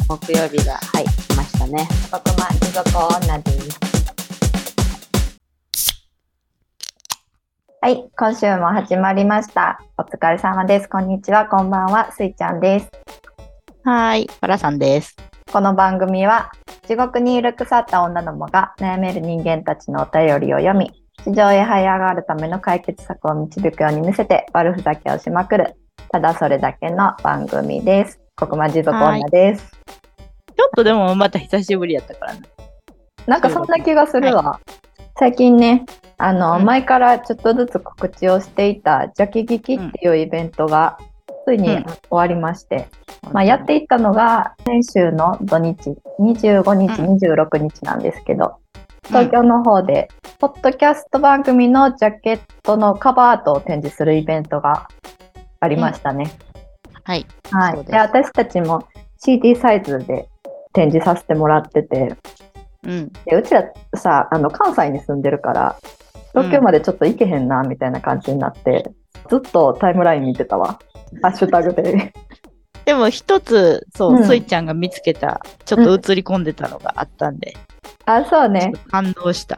木曜日が、はい、来ましたね。 僕も地獄女です。はい、今週も始まりました。お疲れ様です。こんにちは、こんばんは、すいちゃんです。 はい、パラさんです。 この番組は、地獄にいる腐った女どもが悩める人間たちのお便りを読み、地上へ這い上がるための解決策を導くように見せて悪ふざけをしまくる、ただそれだけの番組です。ここま地獄女です。 ちょっとでもまた久しぶりやったからね。 なんかそんな気がするわ。はい、最近ね、前からちょっとずつ告知をしていたジャケ劇っていうイベントがついに終わりまして、やっていったのが先週の土日、25日、26日なんですけど、東京の方でポッドキャスト番組のジャケットのカバーアートを展示するイベントがありましたね。 はい。 はい。で、私たちも CD サイズで展示させてもらってて、でうちらさ、関西に住んでるから東京までちょっと行けへんなみたいな感じになって、ずっとタイムライン見てたわ。ハッシュタグで。 でも一つ、スイちゃんが見つけた、ちょっと映り込んでたのがあったんで。 そうね。 感動した。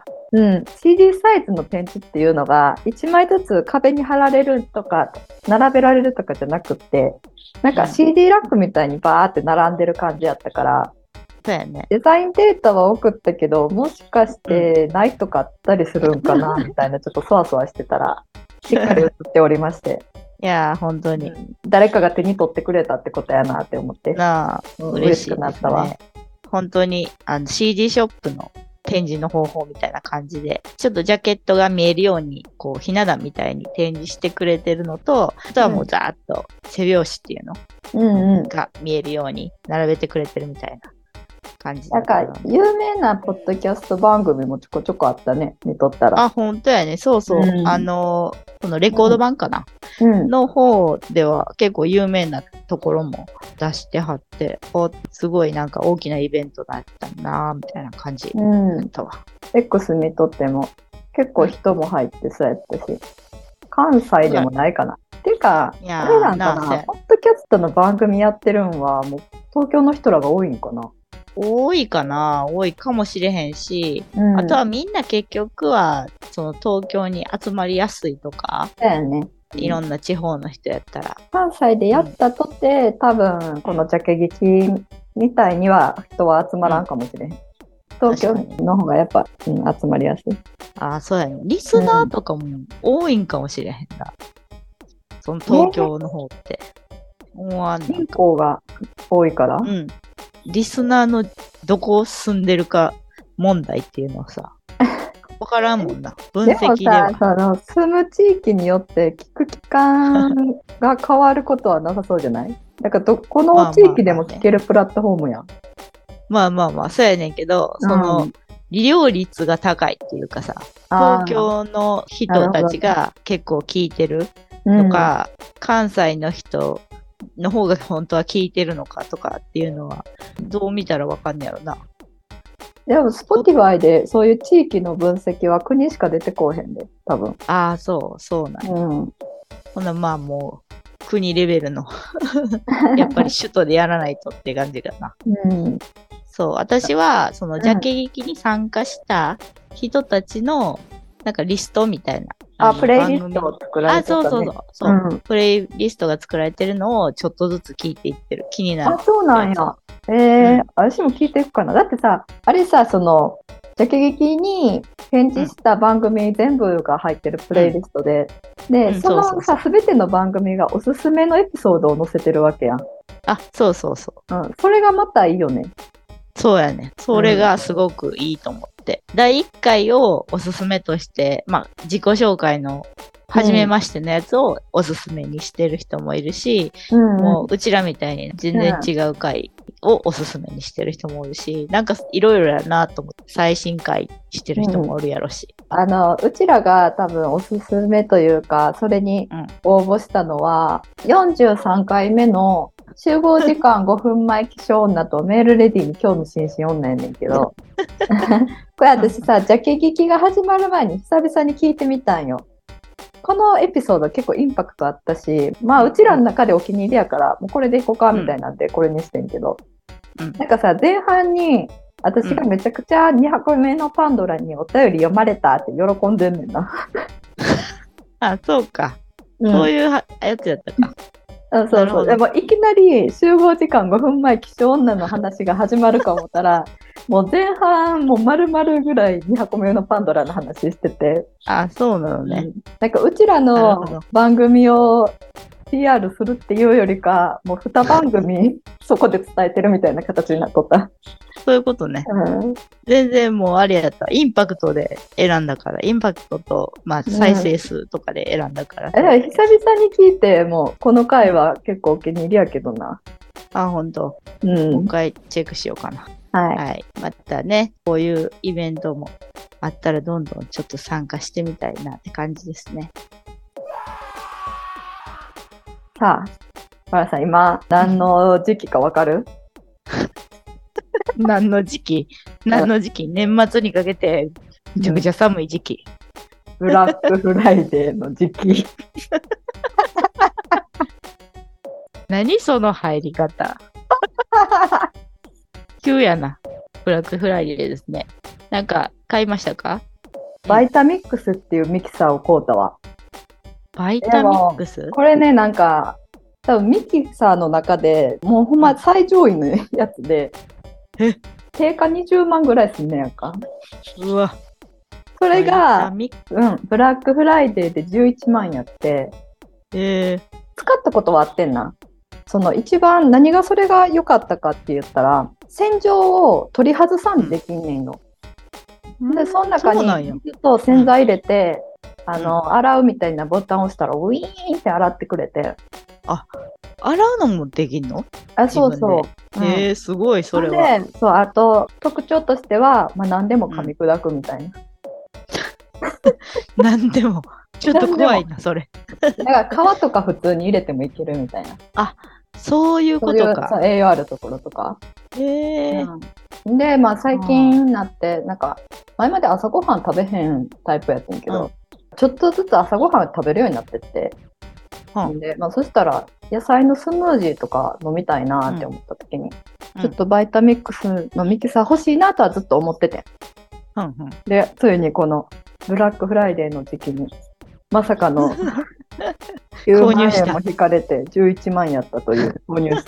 CD サイズの展示っていうのが1枚ずつ壁に貼られるとか並べられるとかじゃなくって、なんか CD ラックみたいにバーって並んでる感じやったから、 そうやね、 デザインデータは送ったけど、もしかしてないとかあったりするんかなみたいな、ちょっとそわそわしてたらしっかり映っておりましていやー本当に、 誰かが手に取ってくれたってことやなって思って嬉しくなったわ。本当にCD ショップの展示の方法みたいな感じで、ちょっとジャケットが見えるようにこうひな壇みたいに展示してくれてるのと、あとはもうざーっと背表紙っていうのが見えるように並べてくれてるみたいな感じだった。 なんか有名なポッドキャスト番組もちょこちょこあったね、見とったら。 本当やね。そうそう、このレコード版かな、の方では結構有名なところも出してはって、すごいなんか大きなイベントだったなみたいな感じだったわ。 X 見とっても結構人も入ってそうやったし、関西でもないかな。っていうか、あれなんかな、ポッドキャストの番組やってるんはもう東京の人らが多いんかな。 多いかもしれへんし、あとはみんな結局はその東京に集まりやすいとか、 だよね、 いろんな地方の人やったら関西でやったとて、多分このジャケ劇みたいには人は集まらんかもしれへん。東京の方がやっぱ、集まりやすい。 そうやね。リスナーとかも多いんかもしれへんな、その東京の方って、 人口が多いから、 リスナーのどこ住んでるか問題っていうのはさ、わからんもんな。分析では。 でもさ、住む地域によって聞く期間が変わることはなさそうじゃない？だからこの地域でも聞けるプラットフォームやん。 そうやねんけど、その利用率が高いっていうかさ、東京の人たちが結構聞いてるとか、関西の人の方が本当は聞いてるのかとかっていうのはどう見たらわかんねやろな。 でも Spotify でそういう地域の分析は国しか出てこうへんで、多分。 そうなんや。ほなもう国レベルのやっぱり首都でやらないとって感じかな。そう、私はそのジャケ劇に参加した人たちのなんかリストみたいな。 プレイリストを作られてたね。 そう、プレイリストが作られてるのをちょっとずつ聞いていってる。気になる。 そうなんや。私も聞いていくかな。だってさ、あれさ、そのジャケ劇に展示した番組全部が入ってるプレイリストで、そのさ、すべての番組がおすすめのエピソードを載せてるわけやん。 そう。 それがまたいいよね。 そうやね。それがすごくいいと思って。第1回をおすすめとして、自己紹介の初めましてのやつをおすすめにしてる人もいるし、もううちらみたいに全然違う回をおすすめにしてる人もいるし、なんかいろいろやなと思って最新回してる人もおるやろし。 うちらが多分おすすめというか、それに応募したのは、43回目の集合時間5分前起床女とメールレディに興味津々女やねんけどこれ私さ、ジャケ劇が始まる前に久々に聞いてみたんよ。このエピソード結構インパクトあったし、うちらの中でお気に入りやからもうこれでいこうかみたいなんでこれにしてんけど、 なんかさ、前半に私がめちゃくちゃ2箱目のパンドラにお便り読まれたって喜んでんねんな。 あ、そうか。 うん、 そういうやつやったか。 そうそう。でもいきなり集合時間5分前、気象女の話が始まるか思ったら、もう前半もう丸々ぐらい2箱目のパンドラの話してて。 あ、そうなのね。 なんかうちらの番組を PR するっていうよりか、もう2番組そこで伝えてるみたいな形になっとった。 そういうことね。全然もうあれやった。インパクトで選んだから、インパクトと、まあ、再生数とかで選んだから。 久々に聞いて、もうこの回は結構お気に入りやけどな。 あ、ほんと。もう一回チェックしようかな。はい。またね、こういうイベントもあったらどんどんちょっと参加してみたいなって感じですね。 さあ、マラさん、今、何の時期かわかる？ 何の時期年末にかけてめちゃくちゃ寒い時期。 ブラックフライデーの時期。 何その入り方。急やな。ブラックフライデーですね。なんか買いましたか？ バイタミックスっていうミキサーを買うたわ。 バイタミックス？ これね、なんか多分ミキサーの中でもうほんま最上位のやつで、定価20万ぐらいすんねやんか。 うわ。 それが、ブラックフライデーで11万やって、使ったことはあってんな。その一番何がそれが良かったかって言ったら、洗浄を取り外さんでできんねんよ。で、その中に水と洗剤入れて、洗うみたいなボタンを押したらウィーンって洗ってくれて。 あ、洗うのもできんの？ あ、そうそう。 すごい、それは。 で、そう、あと特徴としては、まあ、何でも噛み砕くみたいな。 何でも。ちょっと怖いな、それ。 だから皮とか普通に入れてもいけるみたいな。 あ、そういうことか。 そう、栄養あるところとか。で、まあ最近になって、なんか、前まで朝ごはん食べへんタイプやったんやけど、ちょっとずつ朝ごはん食べるようになってって、で、まあそしたら、野菜のスムージーとか飲みたいなって思った時に、ちょっとバイタミックスのミキサー欲しいなとはずっと思ってて。で、ついにこのブラックフライデーの時期に、まさかの9万円も引かれて11万やったという購入した。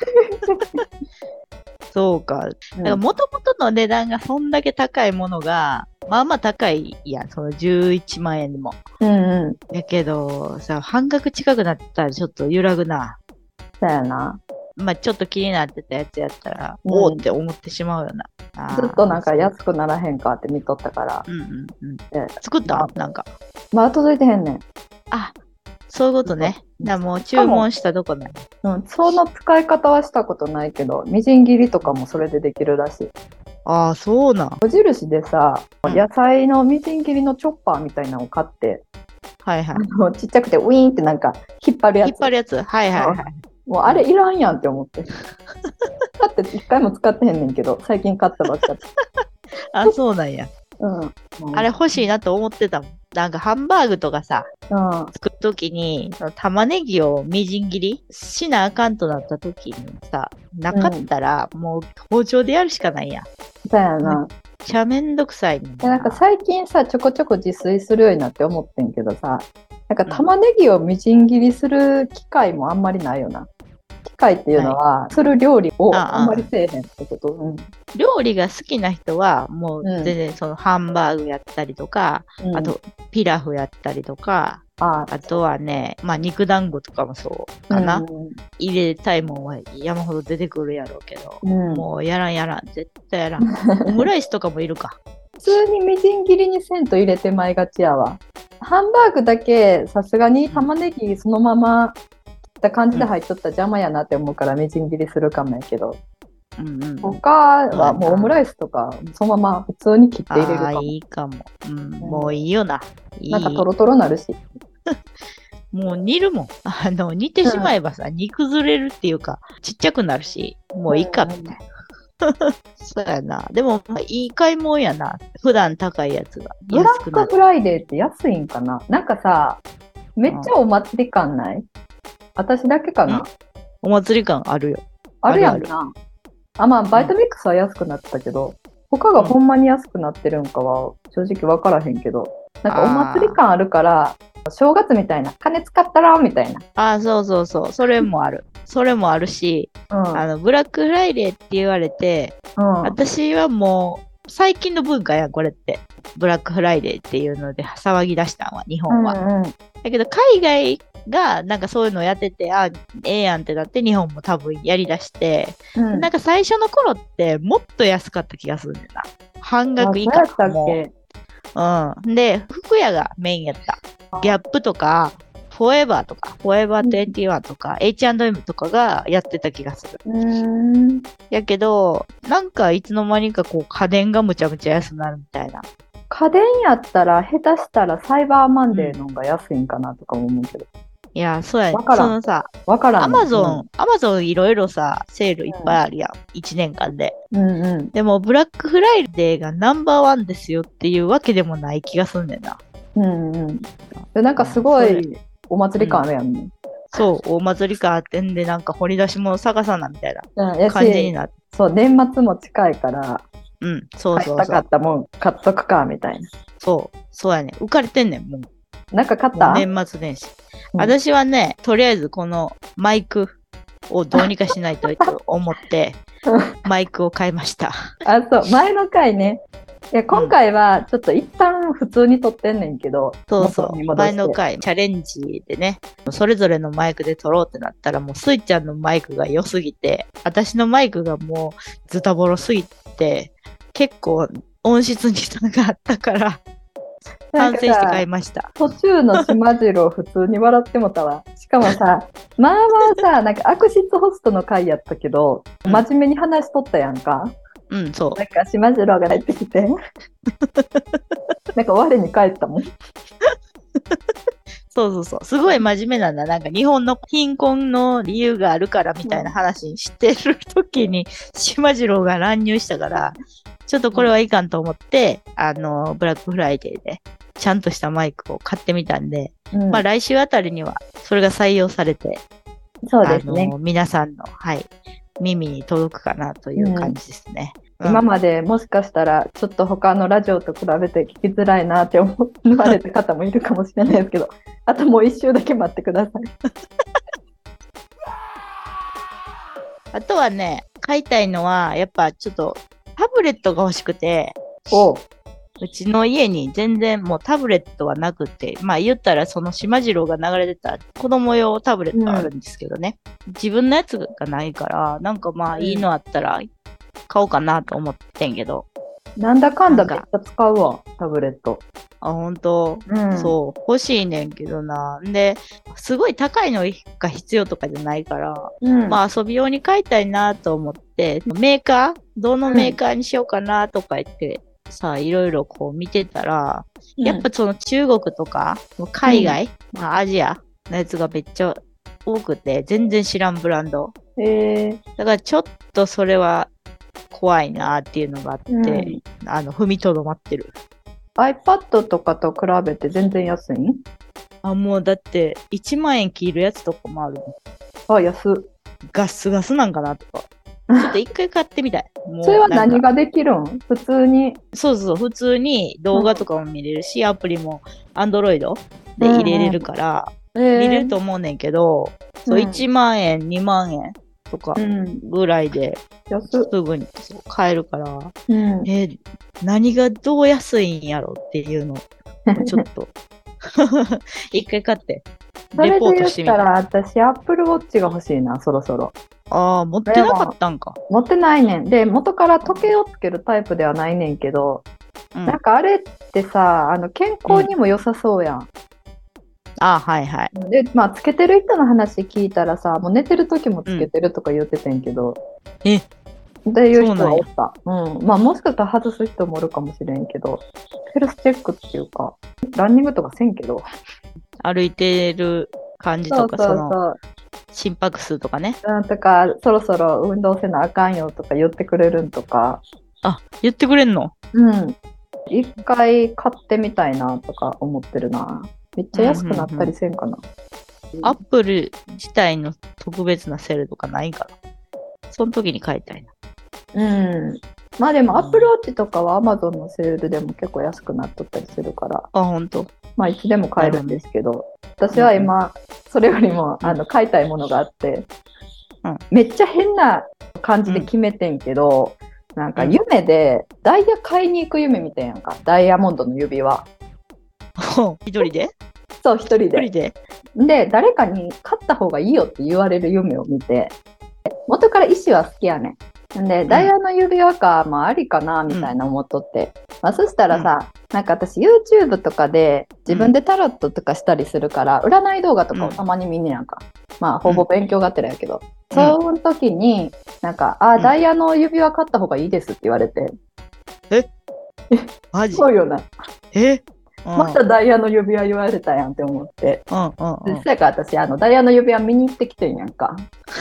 そうか。もともとの値段がそんだけ高いものが、まあまあ高いやん、その11万円でも。やけど、さ、半額近くなったらちょっと揺らぐな。 そうやな。 まあちょっと気になってたやつやったら、おーって思ってしまうよな。 ずっとなんか安くならへんかって見とったから。 作ったなんか。 まあ届いてへんねん。 あ、そういうことね。もう注文したとこない。 その使い方はしたことないけど、みじん切りとかもそれでできるらしい。 ああ、そうなん。 無印でさ、野菜のみじん切りのチョッパーみたいなのを買って、ちっちゃくてウィーンってなんか引っ張るやつ。 引っ張るやつ。はいはいはい。 もうあれいらんやんって思って。買って一回も使ってへんねんけど、最近買ったばっかり。 あ、そうなんや。あれ欲しいなと思ってたもん。なんかハンバーグとかさ、作るときに玉ねぎをみじん切りしなあかんとなったときにさ、なかったらもう包丁でやるしかないやん。 そうやな。 めっちゃめんどくさいね。 なんか最近さ、ちょこちょこ自炊するようになって思ってんけどさ、なんか玉ねぎをみじん切りする機会もあんまりないよな。機会っていうのは、する料理をあんまりせえへんってこと。 料理が好きな人はもう全然そのハンバーグやったりとか、あとピラフやったりとか、あとはね、まあ肉団子とかもそうかな。入れたいもんは山ほど出てくるやろうけど、もうやらん絶対やらん。オムライスとかもいるか。 普通にみじん切りにせんと入れてまいがちやわ。ハンバーグだけさすがに玉ねぎそのまま切った感じで入っとったら邪魔やなって思うからみじん切りするかもやけど、他はもうオムライスとかそのまま普通に切って入れるかも。 いいかも。もういいよな。 なんかトロトロなるし。 もう煮るもん。煮てしまえばさ、煮崩れるっていうか、ちっちゃくなるし、もういいかみたいな。そうやな。でも、いい買い物やな。普段高いやつがブラックフライデーって安いんかな。なんかさ、めっちゃお祭り感ない？私だけかな。 お祭り感あるよ。 あるやんな。 まあ、バイトミックスは安くなってたけど、他がほんまに安くなってるんかは正直分からへんけど、なんかお祭り感あるから、正月みたいな、金使ったらみたいな。 そうそうそう。それもある。それもあるし、ブラックフライデーって言われて、私はもう、最近の文化やん、これって。ブラックフライデーっていうので騒ぎ出したんは、日本は。だけど、海外がなんかそういうのやってて、ええやんってなって日本も多分やりだして、なんか最初の頃ってもっと安かった気がするんだよな。半額以下とかも。で、服屋がメインやった。ギャップとか、フォーエバーとか、フォーエバー21とか、H&M とかがやってた気がする。やけど、なんかいつの間にかこう家電がむちゃむちゃ安くなるみたいな。 家電やったら下手したらサイバーマンデーの方が安いんかなとか思うけど。 いや、そうやね。そのさ、アマゾンいろいろさ、セールいっぱいあるやん。1年間で。でも、ブラックフライデーがナンバーワンですよっていうわけでもない気がすんねんな。 なんかすごいお祭り感あるやんね。 そう、お祭り感あってんで、なんか掘り出し物探さなみたいな感じになって。 そう、年末も近いから、 そうそうそう。 買いたかったもん買っとくかみたいな。 そうやね。浮かれてんねん、もう。 なんか買った？ 年末年始。私はね、とりあえずこのマイクをどうにかしないとと思って、マイクを買いました。 そう、前の回ね。いや、今回はちょっと一旦普通に撮ってんねんけど、 前の回チャレンジでね、それぞれのマイクで撮ろうってなったら、もうスイちゃんのマイクが良すぎて、私のマイクがもうズタボロすぎて、結構音質に差があったから反省して買いました。 途中のしまじろう普通に笑ってもたわ。しかもさ、まあまあさ、なんか悪質ホストの回やったけど、真面目に話しとったやんか。 そう。 なんかしまじろうが入ってきてなんか我に返ったもん。 そう。すごい真面目なんだ。なんか日本の貧困の理由があるからみたいな話にしてる時に、しまじろうが乱入したから、ちょっとこれはいかんと思って、ブラックフライデーでちゃんとしたマイクを買ってみたんで、まあ来週あたりにはそれが採用されて、 そうですね。 皆さんの、耳に届くかなという感じですね。 今までもしかしたらちょっと他のラジオと比べて聞きづらいなって思われた方もいるかもしれないですけど、あともう一周だけ待ってください。 あとはね、買いたいのはやっぱちょっとタブレットが欲しくて、うちの家に全然もうタブレットはなくて、まあ言ったらそのしまじろうが流れてた子供用タブレットあるんですけどね、自分のやつがないから、なんかまあいいのあったら買おうかなと思ってんけど。 なんだかんだめっちゃ使うわ、タブレット。 ほんと、そう、欲しいねんけどな。で、すごい高いのが必要とかじゃないから、まあ遊び用に買いたいなと思って、どのメーカーにしようかなとか言って、さあいろいろこう見てたら、やっぱその中国とか、海外、まあアジアのやつがめっちゃ多くて、全然知らんブランド。だからちょっとそれは怖いなっていうのがあって、踏みとどまってる。 iPad とかと比べて全然安いん？ もうだって1万円切るやつとかもあるもん。安っ。 ガスガスなんかなとか。ちょっと一回買ってみたい。 それは何ができるん？普通に。 そう、普通に動画とかも見れるし、アプリも Android で入れれるから、見れると思うねんけど、1万円、2万円とかぐらいですぐに買えるから、何がどう安いんやろっていうのをちょっと一回買ってレポートしてみた。 それで言ったら私 Apple Watch が欲しいな、そろそろ。 持ってなかったんか。 持ってないねん。で、元から時計をつけるタイプではないねんけど、なんかあれってさ、健康にも良さそうやん。で、まあ、つけてる人の話聞いたらさ、もう寝てる時もつけてるとか言っててんけど、っていう人はおった。まあ、もしかしたら外す人もおるかもしれんけど、ヘルスチェックっていうか、ランニングとかせんけど。 歩いてる感じとか、その心拍数とかね。 とか、そろそろ運動せなあかんよとか言ってくれるんとか。 言ってくれんの？ 一回買ってみたいなとか思ってるな。めっちゃ安くなったりせんかな。 アップル自体の特別なセールとかないから、その時に買いたいな。 うん。まあでも、アップルウォッチとかは Amazon のセールでも結構安くなっとったりするから、 あ、ほんと。 まあいつでも買えるんですけど、私は今、それよりもうん買いたいものがあって、 うんめっちゃ変な感じで決めてんけど、なんか夢でダイヤ買いに行く夢みたいやんか、ダイヤモンドの指輪。 一人でそう、一人一人で。 でで、誰かに買った方がいいよって言われる夢を見て、元から石は好きやねん。で、ダイヤの指輪か、まあありかな、みたいな思っとって。まあそしたらさ、なんか私 YouTube とかで自分でタロットとかしたりするから、占い動画とかをたまに見んねやんか。まあほぼ勉強がてらやけど。その時に、なんか、ダイヤの指輪買った方がいいですって言われて。 マジそうよな。 ままたダイヤの指輪言われたやんって思って。そやから私、ダイヤの指輪見に行ってきてんやんか。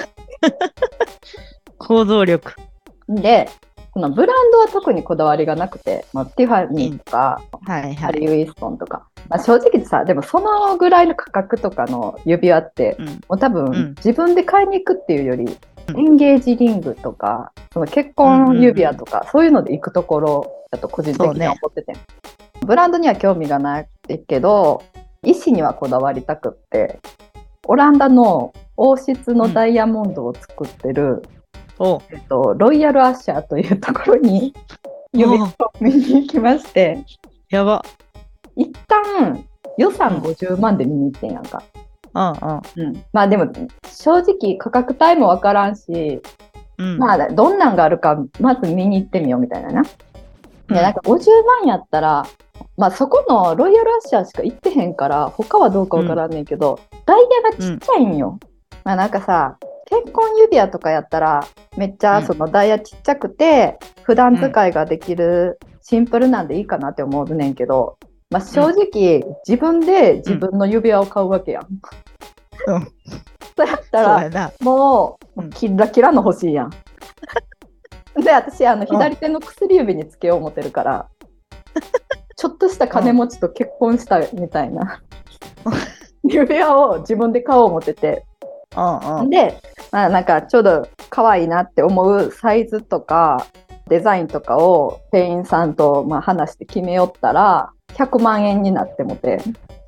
行動力。 で、そのブランドは特にこだわりがなくて、まあ、ティファニーとか、ハリー・ウィストンとか、まあ、正直さ、でもそのぐらいの価格とかの指輪って、もう多分、自分で買いに行くっていうより、エンゲージリングとか、その結婚指輪とか、そういうので行くところだと個人的には思ってて、ブランドには興味がないけど、石にはこだわりたくって、オランダの王室のダイヤモンドを作ってる、ロイヤルアッシャーというところに指輪を見に行きまして、 やば。 一旦予算50万で見に行ってんやんか。まあでも正直価格帯もわからんし、まあどんなんがあるかまず見に行ってみようみたいなな。なんか50万やったら、まあそこのロイヤルアッシャーしか行ってへんから他はどうかわからんねんけど、ダイヤがちっちゃいんよ。まあなんかさ、結婚指輪とかやったらめっちゃそのダイヤちっちゃくて普段使いができるシンプルなんでいいかなって思うねんけど、まあ、正直自分で自分の指輪を買うわけやん。そうやったらもうキラキラの欲しいやん。で私左手の薬指につけよう思ってるからちょっとした金持ちと結婚したみたいな指輪を自分で買おう思ってて。で、まあ、なんかちょうど可愛いなって思うサイズとかデザインとかを店員さんとまあ話して決めよったら100万円になってもて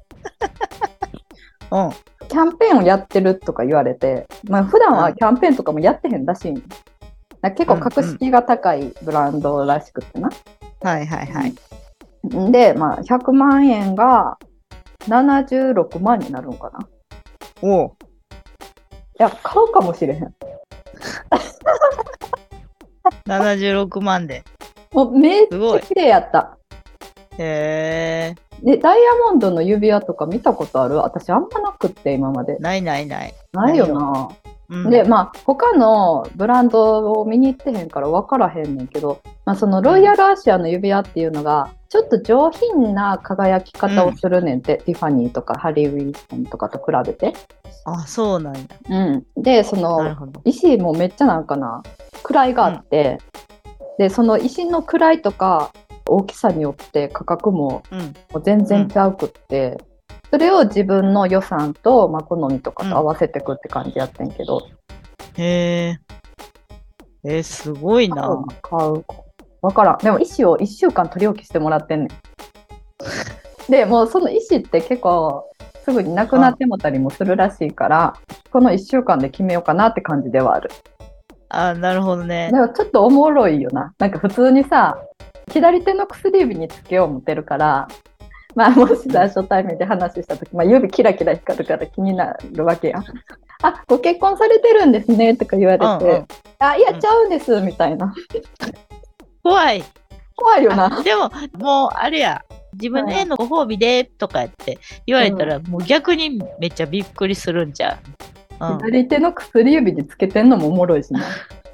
キャンペーンをやってるとか言われて、まあ、普段はキャンペーンとかもやってへんらしいん。結構格式が高いブランドらしくてな。で、まあ、100万円が76万になるのかな。いや、買うかもしれへん。 76万で。 もうめっちゃ綺麗やった。 へー。で、ダイヤモンドの指輪とか見たことある？私あんまなくって今まで。 ない。 ないよな。で、まあ他のブランドを見に行ってへんから分からへんねんけど、まあ、そのロイヤルアッシャーの指輪っていうのがちょっと上品な輝き方をするねんて、ティファニーとかハリー・ウィンストンとかと比べて。 あ、そうなんや。 で、その石もめっちゃなんかな、位があって、でその石の位とか大きさによって価格も全然ちゃうくって、それを自分の予算と、まあ、好みとかと合わせてくって感じやってんけど。 へえ。すごいな。 買う。わからん。でも石を1週間取り置きしてもらってんねん。で、もうその石って結構すぐになくなってもたりもするらしいから、この1週間で決めようかなって感じではある。 なるほどね。 でもちょっとおもろいよな。なんか普通にさ、左手の薬指につけよう思ってるから、まあもしさ、初対面で話したとき、まあ、指キラキラ光るから気になるわけやん。あ、ご結婚されてるんですねとか言われて、あ、いや、ちゃうんですみたいな。怖いよな。 でももうあれや、自分へのご褒美でとかって言われたら、もう逆にめっちゃびっくりするんちゃう。 左手の薬指につけてんのもおもろいしな。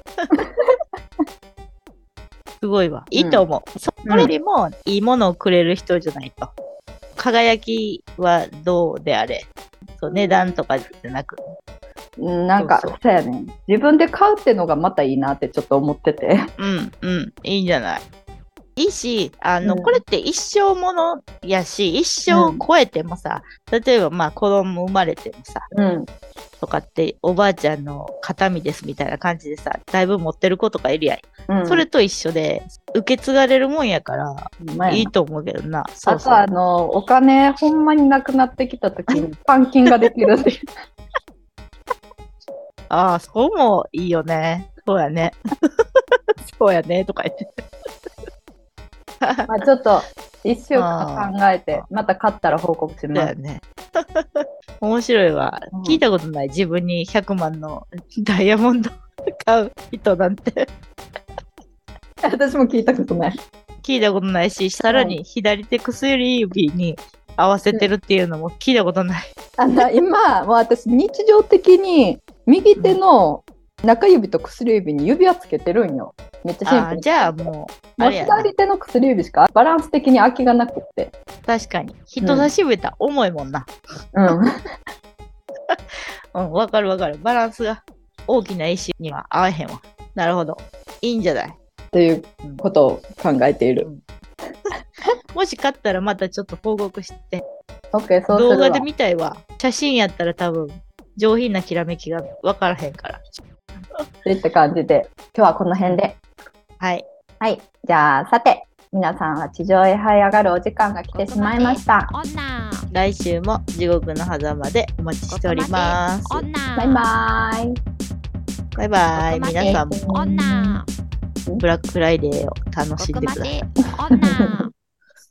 すごいわ。いいと思う。それよりもいいものをくれる人じゃないと。輝きはどうであれ。値段とかじゃなく。 なんかそうやね。自分で買うってのがまたいいなってちょっと思ってて。 いいんじゃない。 いいし、 うんこれって一生ものやし、一生超えてもさ、例えばまあ子供生まれてもさ、 うん。 とかっておばあちゃんの形見ですみたいな感じでさ、だいぶ持ってる子とかいるやん。 うん。 それと一緒で、受け継がれるもんやから、 ほんまやないいと思うけどな。 あとお金ほんまになくなってきた時に換金ができるっていう。 ああ、そうもいいよね。そうやね。そうやね、とか言って。 まあちょっと1週間考えて、また買ったら報告します。 そうやね。面白いわ。 うん聞いたことない。自分に100万のダイヤモンド買う人なんて。 私も聞いたことない。 聞いたことないし、さらに左手薬指に合わせてるっていうのも聞いたことない。 今、もう私日常的に右手の中指と薬指に指輪つけてるんよ。めっちゃシンプル。 じゃあもう、 もあうれやな。 左手の薬指しかバランス的に空きがなくって。 確かに。人差し指やったら重いもんな。 うん。 うん、わかるわかる。バランスが大きな石には合わへんわ。なるほど。いいんじゃない？ ということを考えている。 もし買ったらまたちょっと報告して。 OK、そうするわ。 動画で見たいわ。写真やったら多分上品なきらめきがわからへんから。 といった感じで、今日はこの辺で。 はい。 はい。じゃあ、さて、皆さんは地上へ這い上がるお時間が来てしまいました。 来週も地獄の狭間でお待ちしております。 バイバーイ。 バイバイ。皆さんも女ブラックフライデーを楽しんでください。 女